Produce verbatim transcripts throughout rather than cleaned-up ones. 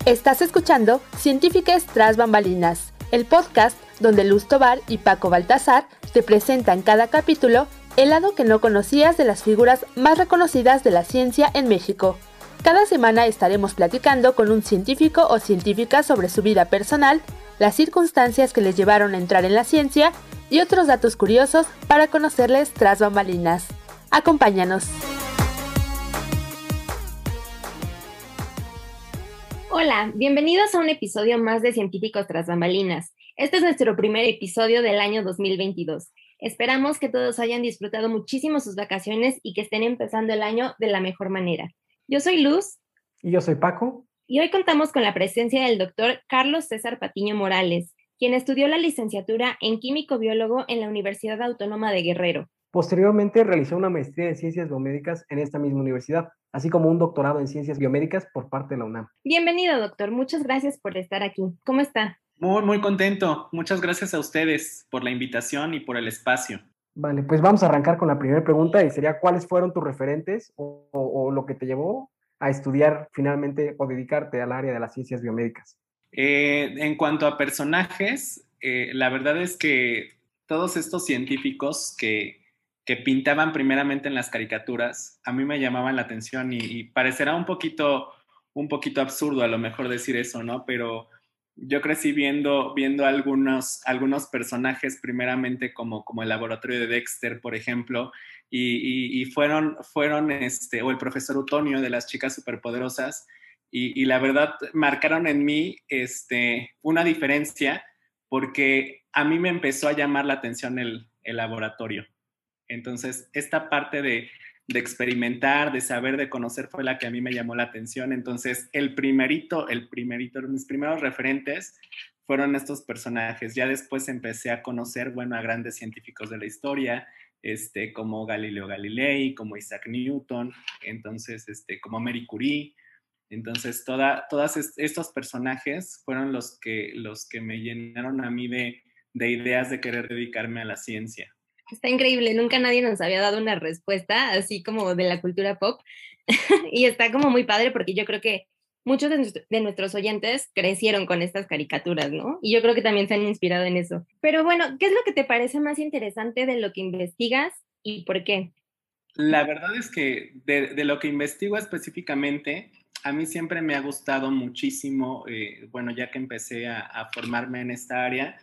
Estás escuchando Científicas tras bambalinas, el podcast donde Luz Tovar y Paco Baltazar te presentan cada capítulo el lado que no conocías de las figuras más reconocidas de la ciencia en México. Cada semana estaremos platicando con un científico o científica sobre su vida personal, las circunstancias que les llevaron a entrar en la ciencia y otros datos curiosos para conocerles tras bambalinas. Acompáñanos. Hola, bienvenidos a un episodio más de Científicos tras bambalinas. Este es nuestro primer episodio del año dos mil veintidós. Esperamos que todos hayan disfrutado muchísimo sus vacaciones y que estén empezando el año de la mejor manera. Yo soy Luz. Y yo soy Paco. Y hoy contamos con la presencia del doctor Carlos César Patiño Morales, quien estudió la licenciatura en Químico Biólogo en la Universidad Autónoma de Guerrero. Posteriormente realizó una maestría en Ciencias Biomédicas en esta misma universidad, así como un doctorado en Ciencias Biomédicas por parte de la UNAM. Bienvenido, doctor. Muchas gracias por estar aquí. ¿Cómo está? Muy, muy contento. Muchas gracias a ustedes por la invitación y por el espacio. Vale, pues vamos a arrancar con la primera pregunta y sería ¿cuáles fueron tus referentes o, o, o lo que te llevó a estudiar finalmente o dedicarte al área de las ciencias biomédicas? Eh, en cuanto a personajes, eh, la verdad es que todos estos científicos que que pintaban primeramente en las caricaturas, a mí me llamaban la atención y, y parecerá un poquito, un poquito absurdo a lo mejor decir eso, ¿no? Pero yo crecí viendo, viendo algunos, algunos personajes primeramente como, como el laboratorio de Dexter, por ejemplo, y, y, y fueron, fueron este, o el profesor Utonio de las chicas superpoderosas, y, y la verdad marcaron en mí este, una diferencia porque a mí me empezó a llamar la atención el, el laboratorio. Entonces, esta parte de, de experimentar, de saber, de conocer fue la que a mí me llamó la atención. Entonces, el primerito, el primerito, mis primeros referentes fueron estos personajes. Ya después empecé a conocer, bueno, a grandes científicos de la historia, este, como Galileo Galilei, como Isaac Newton, entonces, este, como Marie Curie. Entonces, toda, todos est- estos personajes fueron los que, los que me llenaron a mí de, de ideas de querer dedicarme a la ciencia. Está increíble, nunca nadie nos había dado una respuesta así como de la cultura pop y está como muy padre porque yo creo que muchos de, nuestro, de nuestros oyentes crecieron con estas caricaturas, ¿no? Y yo creo que también se han inspirado en eso. Pero bueno, ¿qué es lo que te parece más interesante de lo que investigas y por qué? La verdad es que de, de lo que investigo específicamente, a mí siempre me ha gustado muchísimo, eh, bueno, ya que empecé a, a formarme en esta área,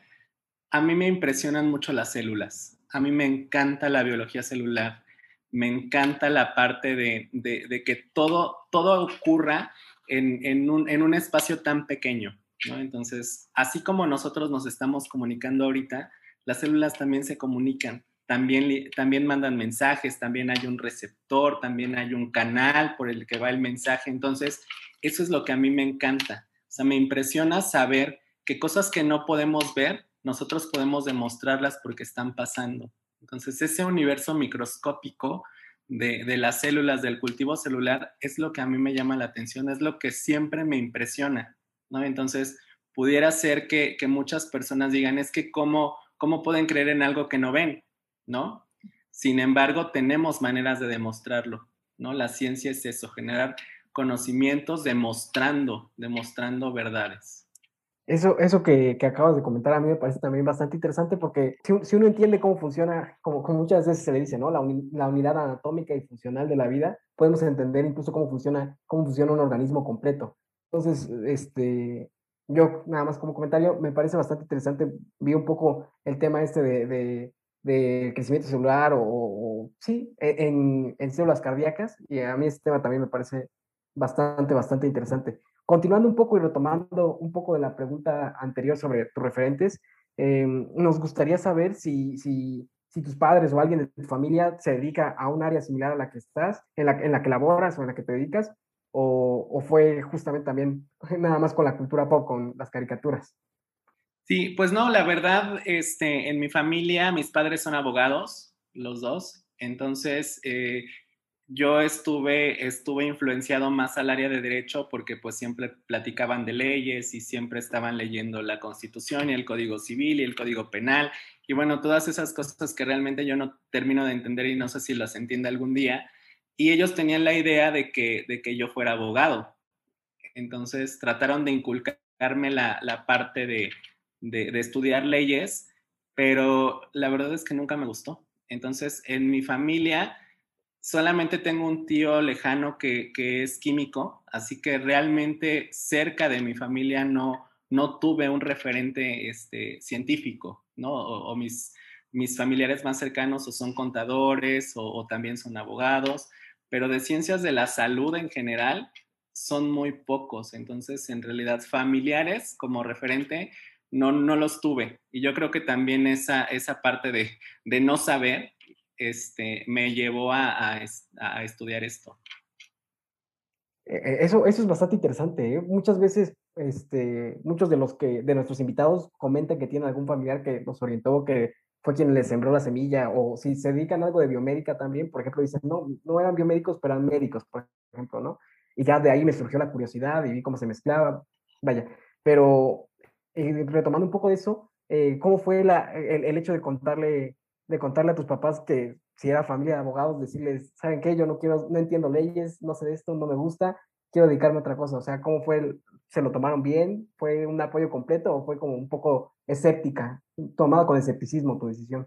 a mí me impresionan mucho las células. A mí me encanta la biología celular. Me encanta la parte de, de, de que todo, todo ocurra en, en, un, en un espacio tan pequeño, ¿no? Entonces, así como nosotros nos estamos comunicando ahorita, las células también se comunican. También, también mandan mensajes, también hay un receptor, también hay un canal por el que va el mensaje. Entonces, eso es lo que a mí me encanta. O sea, me impresiona saber que cosas que no podemos ver, nosotros podemos demostrarlas porque están pasando. Entonces, ese universo microscópico de, de las células, del cultivo celular, es lo que a mí me llama la atención, es lo que siempre me impresiona, ¿no? Entonces, pudiera ser que, que muchas personas digan, es que cómo, cómo pueden creer en algo que no ven, ¿no? Sin embargo, tenemos maneras de demostrarlo, ¿no? La ciencia es eso, generar conocimientos demostrando, demostrando verdades. Eso, eso que, que acabas de comentar a mí me parece también bastante interesante porque si, si uno entiende cómo funciona, como, como muchas veces se le dice, ¿no? La, uni, la unidad anatómica y funcional de la vida, podemos entender incluso cómo funciona, cómo funciona un organismo completo. Entonces, este, yo nada más como comentario, me parece bastante interesante. Vi un poco el tema este de, de, de crecimiento celular o, o sí, en, en células cardíacas y a mí este tema también me parece bastante, bastante interesante. Continuando un poco y retomando un poco de la pregunta anterior sobre tus referentes, eh, nos gustaría saber si, si, si tus padres o alguien de tu familia se dedica a un área similar a la que estás, en la, en la que laboras o en la que te dedicas, o, o fue justamente también nada más con la cultura pop, con las caricaturas. Sí, pues no, la verdad, este, en mi familia, mis padres son abogados, los dos, entonces eh, yo estuve, estuve influenciado más al área de derecho porque pues siempre platicaban de leyes y siempre estaban leyendo la Constitución y el Código Civil y el Código Penal y bueno, todas esas cosas que realmente yo no termino de entender y no sé si las entienda algún día y ellos tenían la idea de que, de que yo fuera abogado. Entonces trataron de inculcarme la, la parte de, de, de estudiar leyes, pero la verdad es que nunca me gustó. Entonces, en mi familia solamente tengo un tío lejano que, que es químico, así que realmente cerca de mi familia no, no tuve un referente este, científico, ¿no? O, o mis, mis familiares más cercanos o son contadores o, o también son abogados, pero de ciencias de la salud en general son muy pocos. Entonces, en realidad, familiares como referente no, no los tuve. Y yo creo que también esa, esa parte de, de no saber este, me llevó a, a, a estudiar esto. Eso, eso es bastante interesante, ¿eh? Muchas veces, este, muchos de los que, de nuestros invitados comentan que tienen algún familiar que los orientó, que fue quien les sembró la semilla, o si se dedican a algo de biomédica también, por ejemplo, dicen, no, no eran biomédicos, pero eran médicos, por ejemplo, ¿no? Y ya de ahí me surgió la curiosidad y vi cómo se mezclaba, vaya, pero eh, retomando un poco de eso, eh, ¿cómo fue la, el, el hecho de contarle, de contarle a tus papás que si era familia de abogados, decirles, ¿saben qué? Yo no quiero, no entiendo leyes, no sé de esto, no me gusta, quiero dedicarme a otra cosa? O sea, ¿cómo fue? El, ¿se lo tomaron bien? ¿Fue un apoyo completo o fue como un poco escéptica, tomado con escepticismo tu decisión?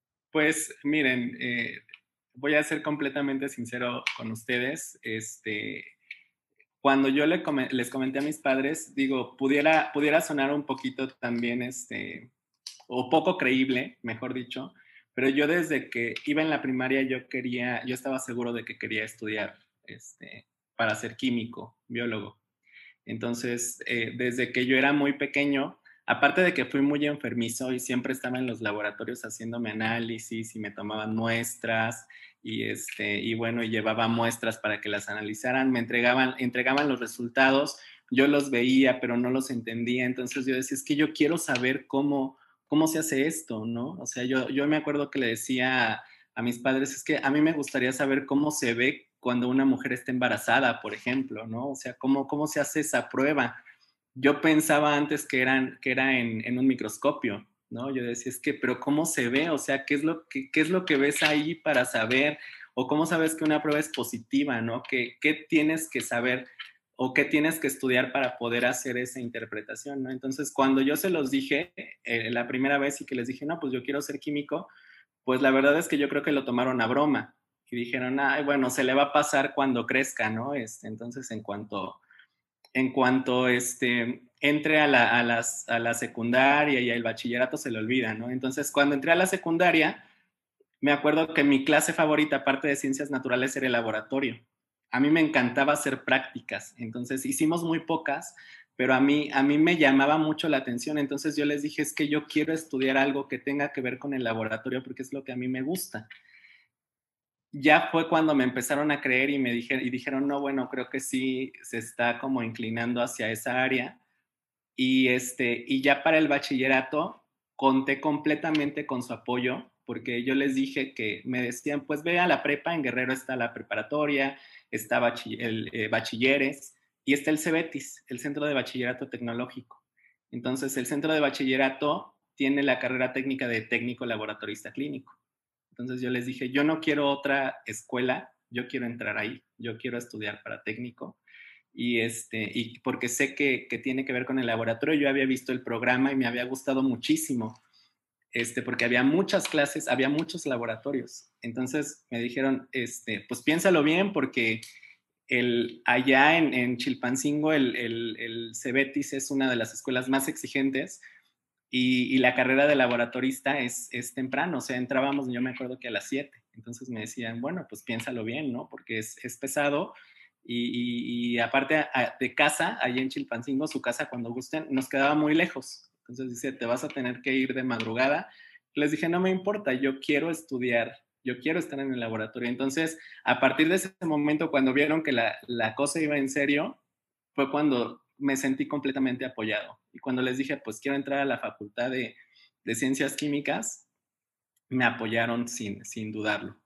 Pues miren, eh, voy a ser completamente sincero con ustedes. Este, cuando yo le come, les comenté a mis padres, digo, pudiera, pudiera sonar un poquito también, este, o poco creíble, mejor dicho, pero yo desde que iba en la primaria yo quería, yo estaba seguro de que quería estudiar este, para ser químico, biólogo. Entonces, eh, desde que yo era muy pequeño, aparte de que fui muy enfermizo y siempre estaba en los laboratorios haciéndome análisis y me tomaban muestras y, este, y bueno, y llevaba muestras para que las analizaran, me entregaban, entregaban los resultados, yo los veía, pero no los entendía. Entonces yo decía, es que yo quiero saber cómo, cómo se hace esto, ¿no? O sea, yo, yo me acuerdo que le decía a mis padres, es que a mí me gustaría saber cómo se ve cuando una mujer está embarazada, por ejemplo, ¿no? O sea, cómo, cómo se hace esa prueba. Yo pensaba antes que, eran, que era en, en un microscopio, ¿no? Yo decía, es que, pero ¿cómo se ve? O sea, ¿qué es lo que, qué es lo que ves ahí para saber? O ¿cómo sabes que una prueba es positiva, ¿no? ¿Qué, qué tienes que saber o qué tienes que estudiar para poder hacer esa interpretación, ¿no? Entonces, cuando yo se los dije eh, la primera vez y que les dije, no, pues yo quiero ser químico, pues la verdad es que yo creo que lo tomaron a broma y dijeron, ay, bueno, se le va a pasar cuando crezca, ¿no? Este, entonces, en cuanto, en cuanto este, entre a la, a, las, a la secundaria y al bachillerato se le olvida, ¿no? Entonces, cuando entré a la secundaria, me acuerdo que mi clase favorita, aparte de ciencias naturales, era el laboratorio. A mí me encantaba hacer prácticas, entonces hicimos muy pocas, pero a mí, a mí me llamaba mucho la atención. Entonces yo les dije, es que yo quiero estudiar algo que tenga que ver con el laboratorio porque es lo que a mí me gusta. Ya fue cuando me empezaron a creer y me dijeron, y dijeron, no, bueno, creo que sí se está como inclinando hacia esa área. Y, este, y ya para el bachillerato conté completamente con su apoyo, porque yo les dije que me decían, pues ve a la prepa, en Guerrero está la preparatoria, está bachill el eh, bachilleres y está el CEBETIS, el Centro de Bachillerato Tecnológico. Entonces, el Centro de Bachillerato tiene la carrera técnica de técnico laboratorista clínico. Entonces yo les dije, yo no quiero otra escuela, yo quiero entrar ahí, yo quiero estudiar para técnico. Y, este, y porque sé que, que tiene que ver con el laboratorio, yo había visto el programa y me había gustado muchísimo, este, porque había muchas clases, había muchos laboratorios. Entonces me dijeron, este, pues piénsalo bien porque el, allá en, en Chilpancingo el, el, el CEBETIS es una de las escuelas más exigentes y, y la carrera de laboratorista es, es temprano, o sea, entrábamos, yo me acuerdo que a las siete. Entonces me decían, bueno, pues piénsalo bien, ¿no? Porque es, es pesado. Y, y, y aparte a, de casa, allí en Chilpancingo, su casa cuando gusten, nos quedaba muy lejos. Entonces dice, te vas a tener que ir de madrugada. Les dije, no me importa, yo quiero estudiar, yo quiero estar en el laboratorio. Entonces, a partir de ese momento, cuando vieron que la, la cosa iba en serio, fue cuando me sentí completamente apoyado. Y cuando les dije, pues quiero entrar a la Facultad de, de Ciencias Químicas, me apoyaron sin, sin dudarlo.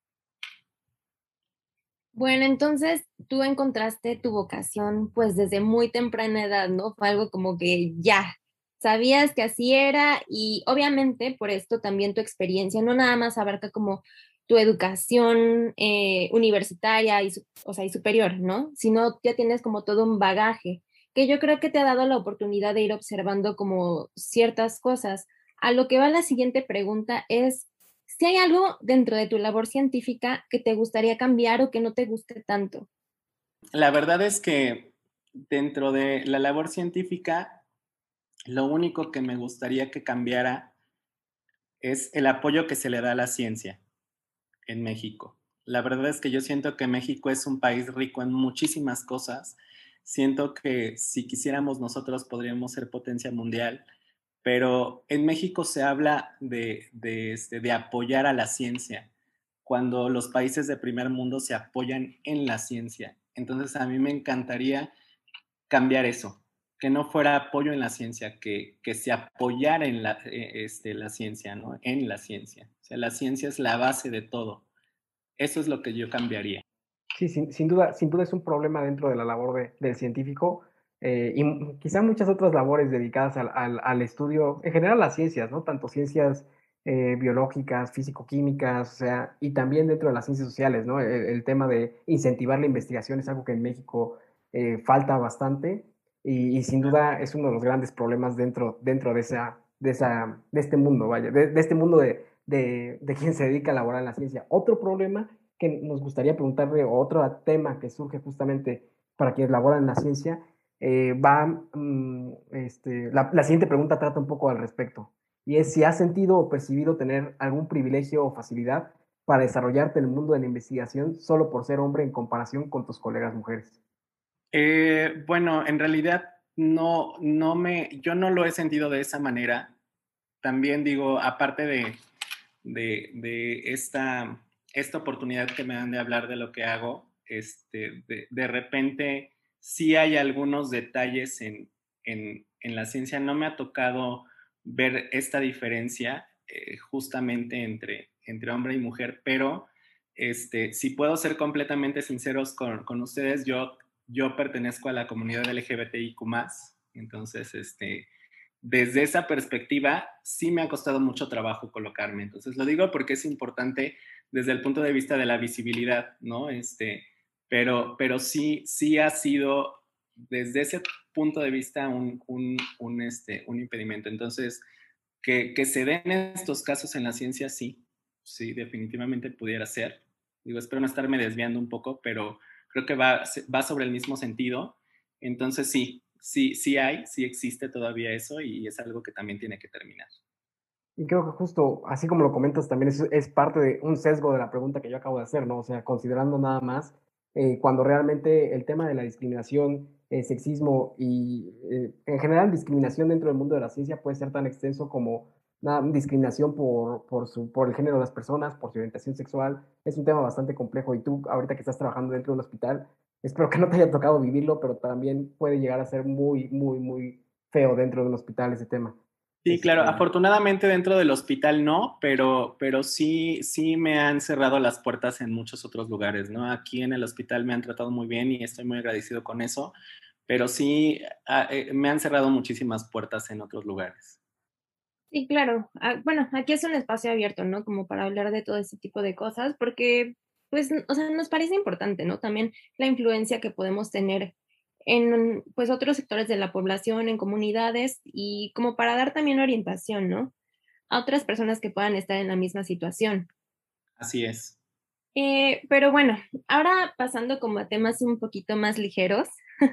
Bueno, entonces tú encontraste tu vocación pues desde muy temprana edad, ¿no? Fue algo como que ya, sabías que así era y obviamente por esto también tu experiencia no nada más abarca como tu educación eh, universitaria y, o sea, y superior, ¿no? Sino ya tienes como todo un bagaje. que yo creo que te ha dado la oportunidad de ir observando como ciertas cosas. A lo que va la siguiente pregunta es, si hay algo dentro de tu labor científica que te gustaría cambiar o que no te guste tanto. La verdad es que dentro de la labor científica, lo único que me gustaría que cambiara es el apoyo que se le da a la ciencia en México. La verdad es que yo siento que México es un país rico en muchísimas cosas. Siento que si quisiéramos nosotros podríamos ser potencia mundial, pero en México se habla de, de, este, de apoyar a la ciencia, cuando los países de primer mundo se apoyan en la ciencia. Entonces a mí me encantaría cambiar eso, que no fuera apoyo en la ciencia, que, que se apoyara en la, eh, este, la ciencia, ¿no? En la ciencia. O sea, la ciencia es la base de todo. Eso es lo que yo cambiaría. Sí, sin, sin duda, sin duda es un problema dentro de la labor de, del científico eh, y m- quizá muchas otras labores dedicadas al, al, al estudio, en general las ciencias, ¿no? Tanto ciencias eh, biológicas, físico-químicas, o sea, y también dentro de las ciencias sociales, ¿no? El, el tema de incentivar la investigación es algo que en México eh, falta bastante y, y sin duda es uno de los grandes problemas dentro, dentro de, esa, de, esa, de este mundo, vaya, de, de este mundo de, de, de quien se dedica a laborar en la ciencia. Otro problema que nos gustaría preguntarle, otro tema que surge justamente para quienes laboran en la ciencia, eh, va, mm, este, la, la siguiente pregunta trata un poco al respecto, y es si has sentido o percibido tener algún privilegio o facilidad para desarrollarte en el mundo de la investigación solo por ser hombre en comparación con tus colegas mujeres. Eh, bueno, en realidad no, no me, yo no lo he sentido de esa manera. También digo, aparte de, de, de esta, esta oportunidad que me dan de hablar de lo que hago, este, de, de repente sí hay algunos detalles en, en, en, la ciencia. No me ha tocado ver esta diferencia eh, justamente entre, entre hombre y mujer, pero este, si puedo ser completamente sinceros con, con ustedes, yo, yo pertenezco a la comunidad L G B T I Q más, entonces, este, desde esa perspectiva, sí me ha costado mucho trabajo colocarme. Entonces, lo digo porque es importante desde el punto de vista de la visibilidad, ¿no? Este, pero, pero sí, sí ha sido desde ese punto de vista un, un, un, este, un impedimento. Entonces, que, que se den estos casos en la ciencia, sí, sí, definitivamente pudiera ser. Digo, espero no estarme desviando un poco, pero creo que va, va sobre el mismo sentido. Entonces, sí, sí, sí hay, sí existe todavía eso y es algo que también tiene que terminar. Y creo que justo, así como lo comentas, también es, es parte de un sesgo de la pregunta que yo acabo de hacer, ¿no? O sea, considerando nada más eh, cuando realmente el tema de la discriminación, eh, sexismo y eh, en general discriminación dentro del mundo de la ciencia puede ser tan extenso como una discriminación por, por, su, por el género de las personas, por su orientación sexual. Es un tema bastante complejo y tú, ahorita que estás trabajando dentro de un hospital, espero que no te haya tocado vivirlo, pero también puede llegar a ser muy, muy, muy feo dentro de un hospital ese tema. Sí, claro, Este, afortunadamente dentro del hospital no, pero, pero sí, sí me han cerrado las puertas en muchos otros lugares, ¿no? Aquí en el hospital me han tratado muy bien y estoy muy agradecido con eso, pero sí ah, eh, me han cerrado muchísimas puertas en otros lugares. Sí, claro. Ah, bueno, aquí es un espacio abierto, ¿no? Como para hablar de todo ese tipo de cosas, porque, pues, n- o sea, nos parece importante, ¿no? También la influencia que podemos tener en, pues, otros sectores de la población, en comunidades, y como para dar también orientación, ¿no? A otras personas que puedan estar en la misma situación. Así es. Eh, pero bueno, ahora pasando como a temas un poquito más ligeros,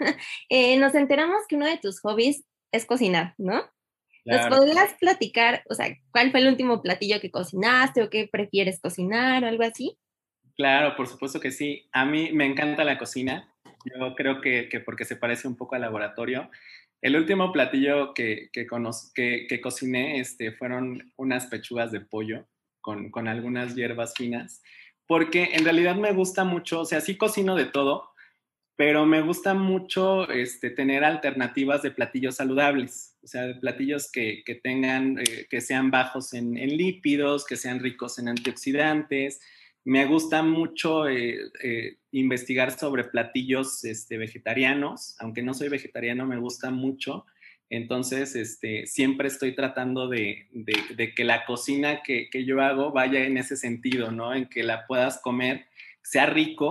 eh, nos enteramos que uno de tus hobbies es cocinar, ¿no? ¿Nos Claro, podrías platicar, o sea, cuál fue el último platillo que cocinaste o qué prefieres cocinar o algo así? claro, por supuesto que sí. A mí me encanta la cocina. Yo creo que, que porque se parece un poco al laboratorio. El último platillo que, que, cono que, que cociné este, fueron unas pechugas de pollo con, con algunas hierbas finas, porque en realidad me gusta mucho, o sea, sí cocino de todo, pero me gusta mucho este, tener alternativas de platillos saludables, o sea, de platillos que, que tengan, eh, que sean bajos en, en, lípidos, que sean ricos en antioxidantes. Me gusta mucho eh, eh, investigar sobre platillos este, vegetarianos, aunque no soy vegetariano, me gusta mucho. Entonces, este, siempre estoy tratando de, de, de que la cocina que, que yo hago vaya en ese sentido, ¿no? En que la puedas comer, sea rico,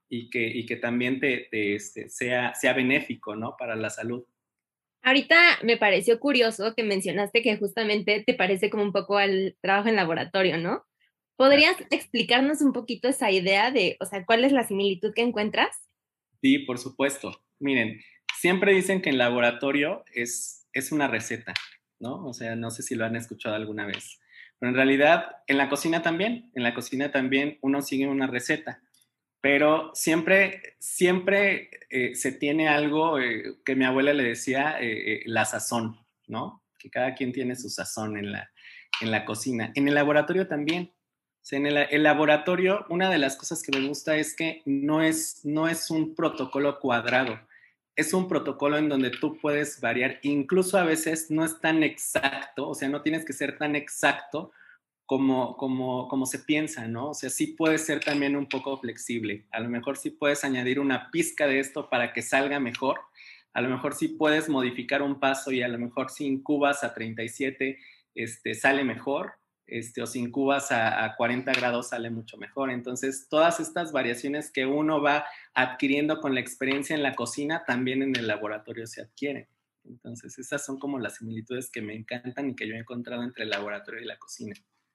y que, y que también te, te, este, sea, sea benéfico, ¿no? Para la salud. Ahorita me pareció curioso que mencionaste que justamente te parece como un poco al trabajo en laboratorio, ¿no? ¿Podrías explicarnos un poquito esa idea de, o sea, cuál es la similitud que encuentras? Sí, por supuesto. Miren, siempre dicen que en laboratorio es, es una receta, ¿no? O sea, no sé si lo han escuchado alguna vez. Pero en realidad, en la cocina también, en la cocina también uno sigue una receta. Pero siempre, siempre eh, se tiene algo eh, que mi abuela le decía, eh, eh, la sazón, ¿no? Que cada quien tiene su sazón en la, en la cocina. En el laboratorio también. O sea, en el, el laboratorio, una de las cosas que me gusta es que no es, no es un protocolo cuadrado. Es un protocolo en donde tú puedes variar. Incluso a veces no es tan exacto, o sea, no tienes que ser tan exacto como, como, como se piensa, ¿no? O sea, sí puede ser también un poco flexible. A lo mejor sí puedes añadir una pizca de esto para que salga mejor. A lo mejor sí puedes modificar un paso y a lo mejor si incubas a treinta y siete este, sale mejor, este, o si incubas a, a cuarenta grados sale mucho mejor. Entonces, todas estas variaciones que uno va adquiriendo con la experiencia en la cocina, también en el laboratorio se adquieren. Entonces, esas son como las similitudes que me encantan y que yo he encontrado entre el laboratorio y la cocina.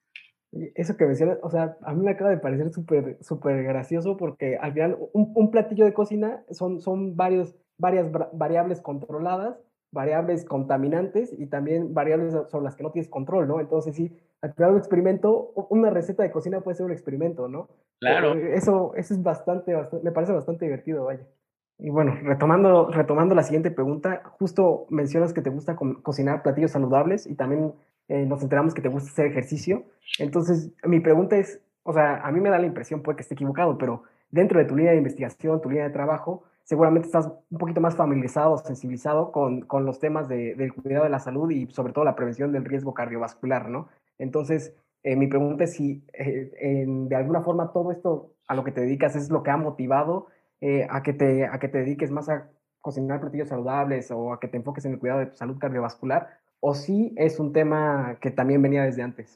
Eso que mencionas, o sea, a mí me acaba de parecer súper súper gracioso porque al final un, un platillo de cocina son, son varios, varias variables controladas, variables contaminantes y también variables sobre las que no tienes control, ¿no? Entonces sí, al final un experimento, una receta de cocina puede ser un experimento, ¿no? Claro. Eso, eso es bastante, bastante, me parece bastante divertido, vaya. Y bueno, retomando, retomando la siguiente pregunta, justo mencionas que te gusta co cocinar platillos saludables y también eh, nos enteramos que te gusta hacer ejercicio. Entonces, mi pregunta es, o sea, a mí me da la impresión, puede que esté equivocado, pero dentro de tu línea de investigación, tu línea de trabajo, seguramente estás un poquito más familiarizado, sensibilizado con, con los temas de, del cuidado de la salud y sobre todo la prevención del riesgo cardiovascular, ¿no? Entonces, eh, mi pregunta es si eh, en, de alguna forma todo esto a lo que te dedicas es lo que ha motivado eh, a, que te, a que te dediques más a cocinar platillos saludables o a que te enfoques en el cuidado de tu salud cardiovascular, o si es un tema que también venía desde antes.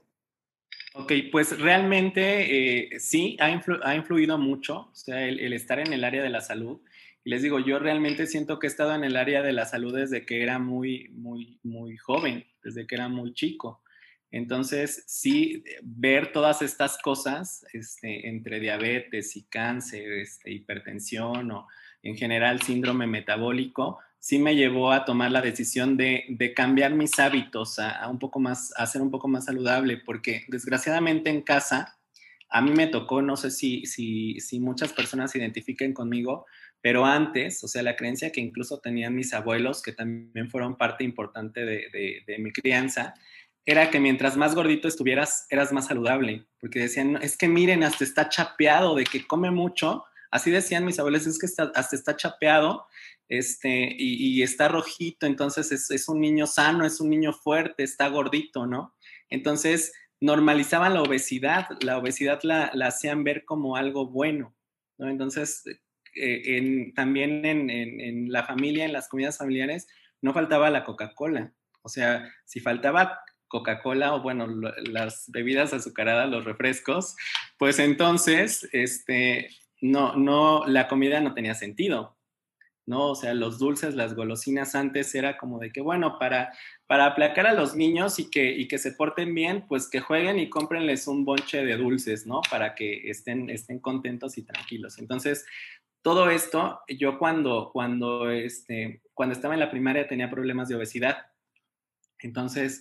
Ok, pues realmente eh, sí, ha, influ ha, influido mucho, o sea, el, el estar en el área de la salud. Y les digo, yo realmente siento que he estado en el área de la salud desde que era muy, muy, muy joven, desde que era muy chico. Entonces, sí, ver todas estas cosas, este, entre diabetes y cáncer, este, hipertensión o en general síndrome metabólico, sí me llevó a tomar la decisión de, de cambiar mis hábitos a, a, un poco más, a ser un poco más saludable, porque desgraciadamente en casa a mí me tocó, no sé si, si, si muchas personas se identifiquen conmigo, pero antes, o sea, la creencia que incluso tenían mis abuelos, que también fueron parte importante de, de, de mi crianza, era que mientras más gordito estuvieras, eras más saludable, porque decían, es que miren, hasta está chapeado de que come mucho, así decían mis abuelos, es que está, hasta está chapeado, este, y, y está rojito, entonces es, es un niño sano, es un niño fuerte, está gordito, ¿no? Entonces normalizaban la obesidad, la obesidad la, la hacían ver como algo bueno, ¿no? Entonces, eh, en, también en, en, en la familia, en las comidas familiares, no faltaba la Coca-Cola, o sea, si faltaba Coca-Cola o bueno, lo, las bebidas azucaradas, los refrescos, pues entonces, este, no, no, la comida no tenía sentido, ¿no? O sea, los dulces, las golosinas antes era como de que, bueno, para, para aplacar a los niños y que, y que se porten bien, pues que jueguen y cómprenles un bonche de dulces, ¿no? Para que estén, estén contentos y tranquilos. Entonces, todo esto, yo cuando, cuando, este, cuando estaba en la primaria tenía problemas de obesidad. Entonces,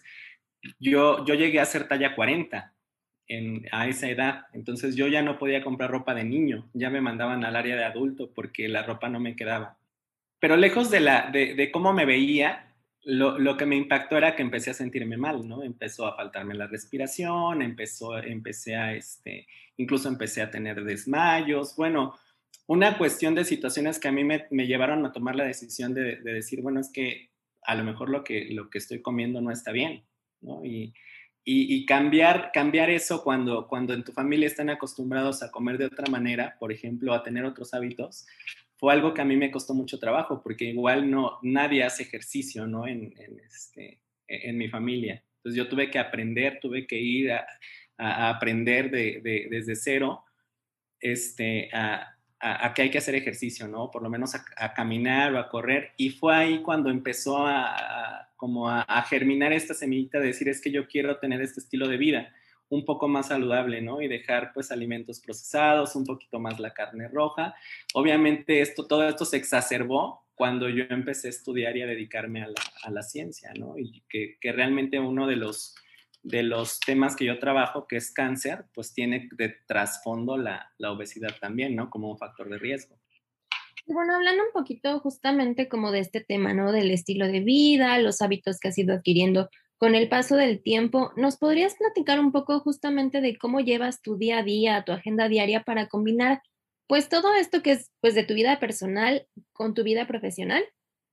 yo, yo llegué a ser talla cuarenta en, a esa edad. Entonces, yo ya no podía comprar ropa de niño. Ya me mandaban al área de adulto porque la ropa no me quedaba. Pero lejos de, la, de, de cómo me veía, lo, lo, que me impactó era que empecé a sentirme mal, ¿no? Empezó a faltarme la respiración, empezó, empecé a, este, incluso empecé a tener desmayos. Bueno, una cuestión de situaciones que a mí me, me llevaron a tomar la decisión de, de, decir, bueno, es que a lo mejor lo que, lo que estoy comiendo no está bien, ¿no? Y, y, y cambiar, cambiar eso cuando, cuando en tu familia están acostumbrados a comer de otra manera, por ejemplo, a tener otros hábitos, fue algo que a mí me costó mucho trabajo, porque igual no, nadie hace ejercicio, ¿no? En, en, este, en mi familia. Entonces yo tuve que aprender, tuve que ir a, a aprender de, de, desde cero este, a, a, a que hay que hacer ejercicio, ¿no? Por lo menos a, a caminar o a correr. Y fue ahí cuando empezó a, a como a, a germinar esta semillita de decir, es que yo quiero tener este estilo de vida un poco más saludable, ¿no? Y dejar, pues, alimentos procesados, un poquito más la carne roja. Obviamente, esto, todo esto se exacerbó cuando yo empecé a estudiar y a dedicarme a la, a la ciencia, ¿no? Y que, que realmente uno de los, de los temas que yo trabajo, que es cáncer, pues tiene de trasfondo la, la obesidad también, ¿no? Como un factor de riesgo. Bueno, hablando un poquito justamente como de este tema, ¿no? Del estilo de vida, los hábitos que has ido adquiriendo con el paso del tiempo, ¿nos podrías platicar un poco justamente de cómo llevas tu día a día, tu agenda diaria para combinar, pues, todo esto que es, pues, de tu vida personal con tu vida profesional?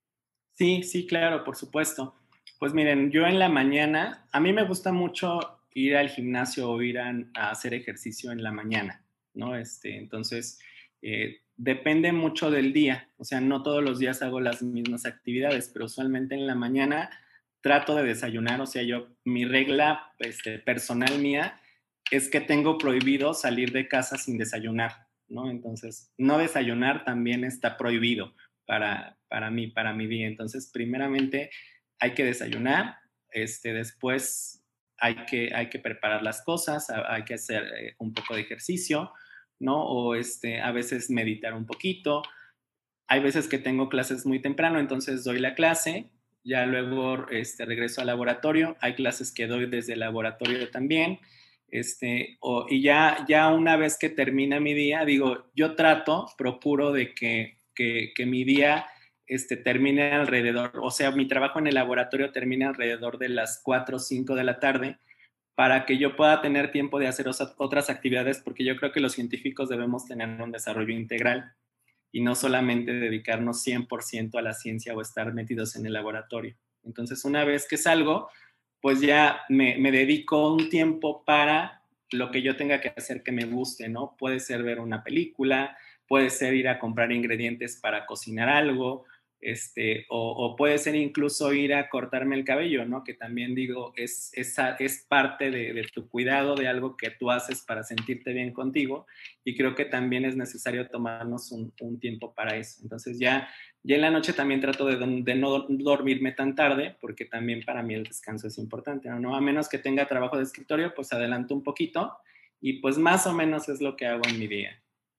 Sí, sí, claro, por supuesto. Pues miren, yo en la mañana, a mí me gusta mucho ir al gimnasio o ir a, a hacer ejercicio en la mañana, ¿no? Este, entonces, eh, depende mucho del día, o sea, no todos los días hago las mismas actividades, pero usualmente en la mañana trato de desayunar, o sea, yo, mi regla este, personal mía es que tengo prohibido salir de casa sin desayunar, ¿no? Entonces, no desayunar también está prohibido para, para mí, para mi día. Entonces, primeramente hay que desayunar, este, después hay que, hay que preparar las cosas, hay que hacer eh, un poco de ejercicio, ¿no? O este, a veces meditar un poquito. Hay veces que tengo clases muy temprano, entonces doy la clase, ya luego este, regreso al laboratorio, hay clases que doy desde el laboratorio también, este, o, y ya, ya una vez que termina mi día, digo, yo trato, procuro de que, que, que mi día este, termine alrededor, o sea, mi trabajo en el laboratorio termine alrededor de las cuatro o cinco de la tarde, para que yo pueda tener tiempo de hacer otras actividades, porque yo creo que los científicos debemos tener un desarrollo integral y no solamente dedicarnos cien por ciento a la ciencia o estar metidos en el laboratorio. Entonces, una vez que salgo, pues ya me, me dedico un tiempo para lo que yo tenga que hacer que me guste, ¿no? Puede ser ver una película, puede ser ir a comprar ingredientes para cocinar algo, este, o, o puede ser incluso ir a cortarme el cabello, ¿no? Que también digo, es, es, es parte de, de tu cuidado, de algo que tú haces para sentirte bien contigo, y creo que también es necesario tomarnos un, un tiempo para eso. Entonces ya, ya en la noche también trato de, de no dormirme tan tarde, porque también para mí el descanso es importante, ¿no? A menos que tenga trabajo de escritorio, pues adelanto un poquito, y pues más o menos es lo que hago en mi día.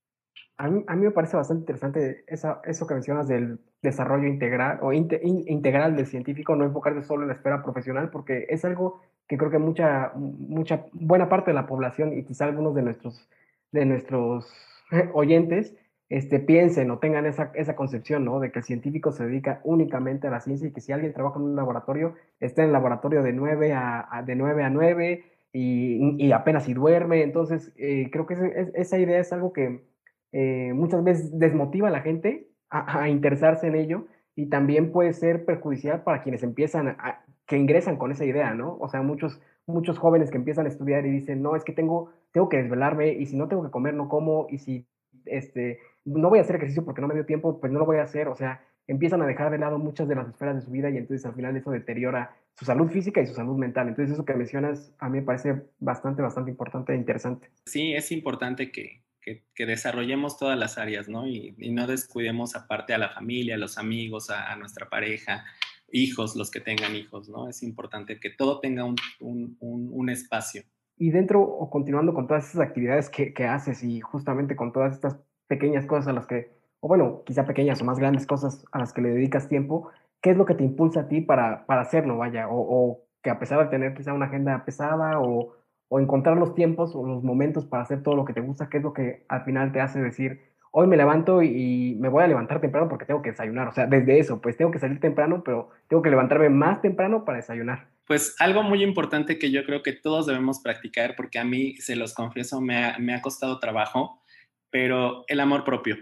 A mí, a mí me parece bastante interesante esa, eso que mencionas del desarrollo integral o inte, in, integral del científico, no enfocarse solo en la esfera profesional, porque es algo que creo que mucha, mucha buena parte de la población y quizá algunos de nuestros, de nuestros oyentes este, piensen o tengan esa, esa concepción, ¿no? De que el científico se dedica únicamente a la ciencia y que si alguien trabaja en un laboratorio, está en el laboratorio de nueve a, a, de nueve, a nueve y, y apenas si duerme. Entonces, eh, creo que ese, es, esa idea es algo que eh, muchas veces desmotiva a la gente a, a, interesarse en ello y también puede ser perjudicial para quienes empiezan a, que ingresan con esa idea, ¿no? O sea, muchos, muchos jóvenes que empiezan a estudiar y dicen, no, es que tengo, tengo que desvelarme y si no tengo que comer, no como y si este, no voy a hacer ejercicio porque no me dio tiempo, pues no lo voy a hacer, o sea, empiezan a dejar de lado muchas de las esferas de su vida y entonces al final eso deteriora su salud física y su salud mental. Entonces eso que mencionas a mí me parece bastante, bastante importante e interesante. Sí, es importante que, que, que desarrollemos todas las áreas, ¿no? Y, y, no descuidemos aparte a la familia, a los amigos, a, a nuestra pareja, hijos, los que tengan hijos, ¿no? Es importante que todo tenga un, un, un, un espacio. Y dentro o continuando con todas esas actividades que, que haces y justamente con todas estas pequeñas cosas a las que, o bueno, quizá pequeñas o más grandes cosas a las que le dedicas tiempo, ¿qué es lo que te impulsa a ti para, para hacerlo, vaya? O, o que a pesar de tener quizá una agenda pesada o, o encontrar los tiempos o los momentos para hacer todo lo que te gusta, ¿qué es lo que al final te hace decir, hoy me levanto y me voy a levantar temprano porque tengo que desayunar? O sea, desde eso, pues tengo que salir temprano, pero tengo que levantarme más temprano para desayunar. Pues algo muy importante que yo creo que todos debemos practicar, porque a mí, se los confieso, me ha, me ha costado trabajo, pero el amor propio.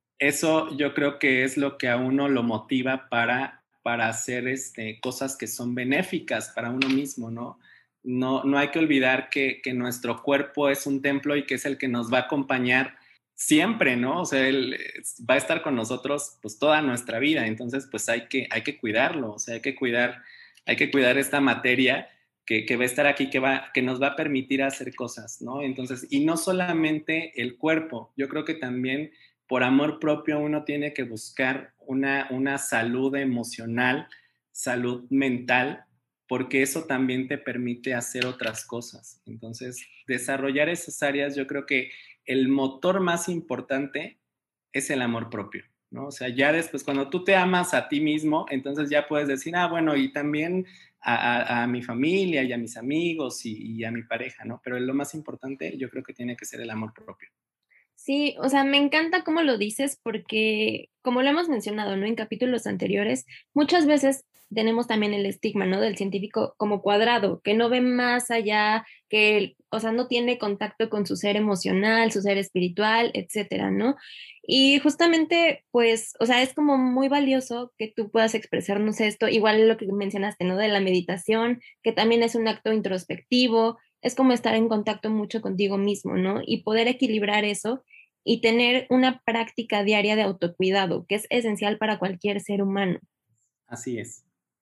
Eso yo creo que es lo que a uno lo motiva para, para hacer este, cosas que son benéficas para uno mismo, ¿no? No, no hay que olvidar que, que nuestro cuerpo es un templo y que es el que nos va a acompañar siempre, ¿no? O sea, él va a estar con nosotros pues toda nuestra vida, entonces pues hay que, hay que cuidarlo, o sea, hay que cuidar hay que cuidar esta materia que, que va a estar aquí, que, va, que nos va a permitir hacer cosas, ¿no? Entonces, y no solamente el cuerpo, yo creo que también por amor propio uno tiene que buscar una, una salud emocional, salud mental, porque eso también te permite hacer otras cosas. Entonces, desarrollar esas áreas, yo creo que el motor más importante es el amor propio, ¿no? O sea, ya después, cuando tú te amas a ti mismo, entonces ya puedes decir, ah, bueno, y también a, a, a mi familia y a mis amigos y, y a mi pareja, ¿no? Pero lo más importante yo creo que tiene que ser el amor propio. Sí, o sea, me encanta cómo lo dices porque, como lo hemos mencionado, ¿no? En capítulos anteriores, muchas veces tenemos también el estigma, ¿no? Del científico como cuadrado, que no ve más allá, que, o sea, no tiene contacto con su ser emocional, su ser espiritual, etcétera, ¿no? Y justamente, pues, o sea, es como muy valioso que tú puedas expresarnos esto, igual lo que mencionaste, ¿no? De la meditación, que también es un acto introspectivo, es como estar en contacto mucho contigo mismo, ¿no? Y poder equilibrar eso y tener una práctica diaria de autocuidado, que es esencial para cualquier ser humano. Así es.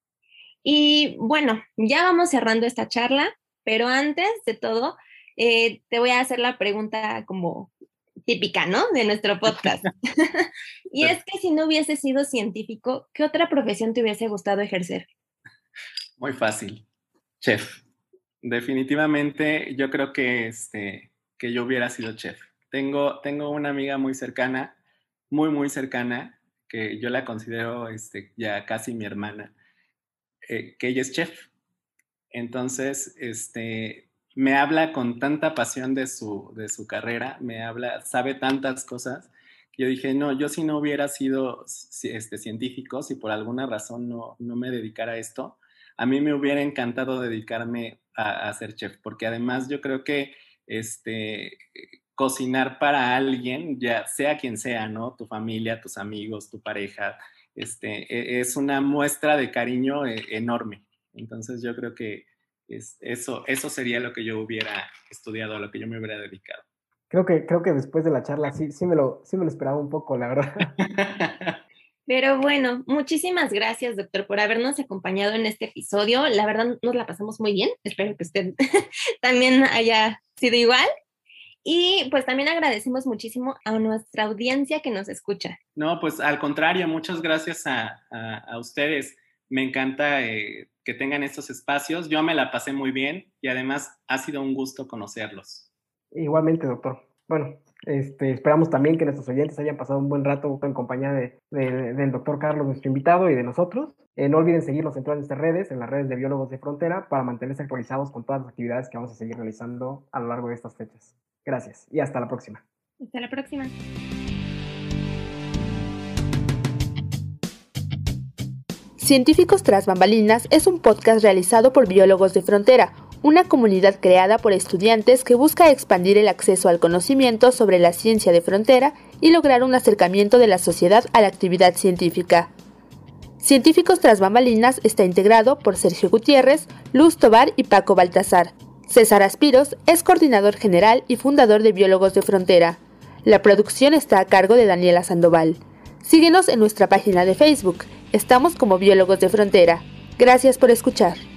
Y bueno, ya vamos cerrando esta charla, pero antes de todo, eh, te voy a hacer la pregunta como típica, ¿no? De nuestro podcast. Y es que si no hubieses sido científico, ¿qué otra profesión te hubiese gustado ejercer? Muy fácil. Chef. Definitivamente yo creo que, este, que yo hubiera sido chef. Tengo, tengo una amiga muy cercana, muy, muy cercana, que yo la considero este, ya casi mi hermana, eh, que ella es chef. Entonces, este, me habla con tanta pasión de su, de su carrera, me habla, sabe tantas cosas, que yo dije, no, yo si no hubiera sido este, científico, si por alguna razón no, no me dedicara a esto, a mí me hubiera encantado dedicarme a, a ser chef, porque además yo creo que este, cocinar para alguien, ya sea quien sea, ¿no? Tu familia, tus amigos, tu pareja, este, es una muestra de cariño enorme. Entonces yo creo que es, eso, eso sería lo que yo hubiera estudiado, a lo que yo me hubiera dedicado. Creo que, creo que después de la charla sí, sí, me lo, sí me lo esperaba un poco, la verdad. Pero bueno, muchísimas gracias, doctor, por habernos acompañado en este episodio. La verdad nos la pasamos muy bien. Espero que usted también haya sido igual. Y pues también agradecemos muchísimo a nuestra audiencia que nos escucha. No, pues al contrario, muchas gracias a, a, a ustedes. Me encanta eh, que tengan estos espacios. Yo me la pasé muy bien y además ha sido un gusto conocerlos. Igualmente, doctor. Bueno, este, esperamos también que nuestros oyentes hayan pasado un buen rato en compañía de, de, del doctor Carlos, nuestro invitado, y de nosotros. Eh, no olviden seguirnos en todas nuestras redes, en las redes de Biólogos de Frontera, para mantenerse actualizados con todas las actividades que vamos a seguir realizando a lo largo de estas fechas. Gracias y hasta la próxima. Hasta la próxima. Científicos tras bambalinas es un podcast realizado por Biólogos de Frontera, una comunidad creada por estudiantes que busca expandir el acceso al conocimiento sobre la ciencia de frontera y lograr un acercamiento de la sociedad a la actividad científica. Científicos tras bambalinas está integrado por Sergio Gutiérrez, Luz Tobar y Paco Baltazar. César Aspiros es coordinador general y fundador de Biólogos de Frontera. La producción está a cargo de Daniela Sandoval. Síguenos en nuestra página de Facebook. Estamos como Biólogos de Frontera. Gracias por escuchar.